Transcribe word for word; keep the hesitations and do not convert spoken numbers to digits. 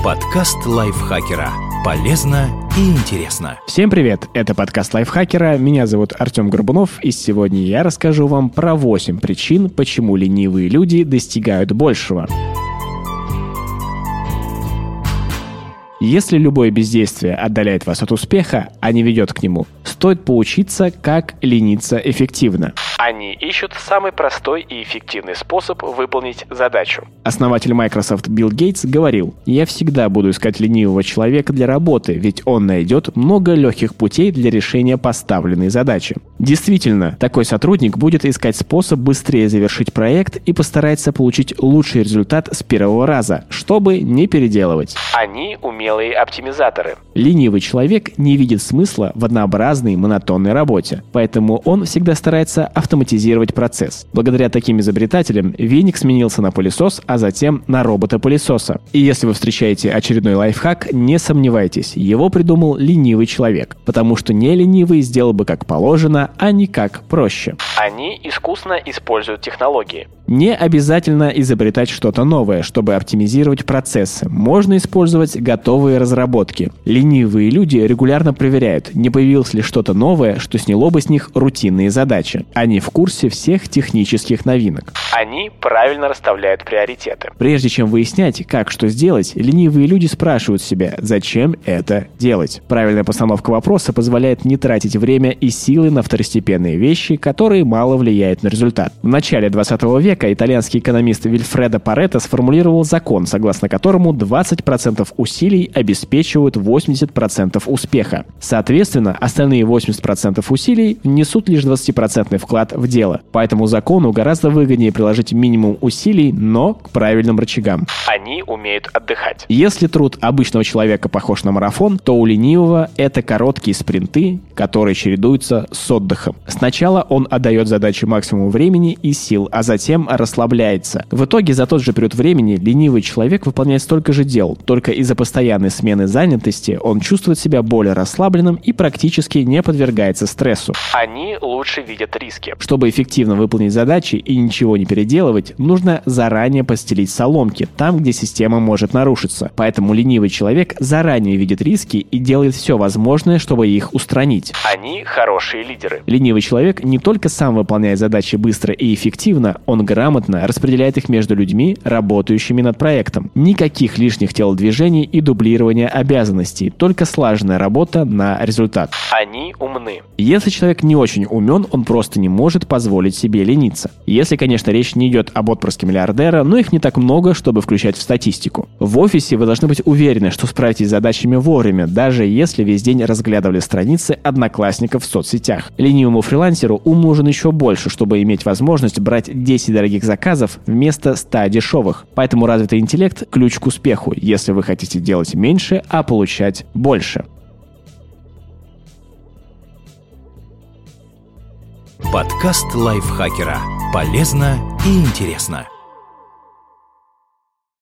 Подкаст лайфхакера. Полезно и интересно. Всем привет! Это подкаст лайфхакера. Меня зовут Артем Горбунов, и сегодня я расскажу вам про восемь причин, почему ленивые люди достигают большего. Если любое бездействие отдаляет вас от успеха, а не ведет к нему, стоит поучиться, как лениться эффективно. Они ищут самый простой и эффективный способ выполнить задачу. Основатель Microsoft Билл Гейтс говорил: «Я всегда буду искать ленивого человека для работы, ведь он найдет много легких путей для решения поставленной задачи». Действительно, такой сотрудник будет искать способ быстрее завершить проект и постарается получить лучший результат с первого раза, чтобы не переделывать. Они умелые оптимизаторы. Ленивый человек не видит смысла в однообразной, монотонной работе, поэтому он всегда старается автоматизировать процесс. Благодаря таким изобретателям веник сменился на пылесос, а затем на робота-пылесоса. И если вы встречаете очередной лайфхак, не сомневайтесь, его придумал ленивый человек, потому что не ленивый сделал бы как положено, а не как проще. Они искусно используют технологии. Не обязательно изобретать что-то новое, чтобы оптимизировать процессы. Можно использовать готовые разработки. Ленивые люди регулярно проверяют, не появилось ли что-то новое, что сняло бы с них рутинные задачи. Они в курсе всех технических новинок. Они правильно расставляют приоритеты. Прежде чем выяснять, как что сделать, ленивые люди спрашивают себя, зачем это делать. Правильная постановка вопроса позволяет не тратить время и силы на второстепенные вещи, которые мало влияют на результат. В начале двадцатого века итальянский экономист Вильфредо Паретто сформулировал закон, согласно которому двадцать процентов усилий обеспечивают восемьдесят процентов успеха. Соответственно, остальные восемьдесят процентов усилий внесут лишь двадцатипроцентный вклад в дело. По этому закону гораздо выгоднее приложить минимум усилий, но к правильным рычагам. Они умеют отдыхать. Если труд обычного человека похож на марафон, то у ленивого это короткие спринты, которые чередуются с отдыхом. Сначала он отдает задаче максимум времени и сил, а затем расслабляется. В итоге за тот же период времени ленивый человек выполняет столько же дел, только из-за постоянной смены занятости он чувствует себя более расслабленным и практически не подвергается стрессу. Они лучше видят риски. Чтобы эффективно выполнить задачи и ничего не переделывать, нужно заранее постелить соломки там, где система может нарушиться. Поэтому ленивый человек заранее видит риски и делает все возможное, чтобы их устранить. Они хорошие лидеры. Ленивый человек не только сам выполняет задачи быстро и эффективно, он грамотно распределяет их между людьми, работающими над проектом. Никаких лишних телодвижений и дублирования обязанностей, только слаженная работа на результат. Они умны. Если человек не очень умен, он просто не может позволить себе лениться. Если, конечно, речь не идет об отпрыске миллиардера, но их не так много, чтобы включать в статистику. В офисе вы должны быть уверены, что справитесь с задачами вовремя, даже если весь день разглядывали страницы одноклассников в соцсетях. Ленивому фрилансеру ум нужен еще больше, чтобы иметь возможность брать десять дорогих заказов вместо ста дешевых. Поэтому развитый интеллект – ключ к успеху, если вы хотите делать меньше, а получать больше. Подкаст лайфхакера. Полезно и интересно.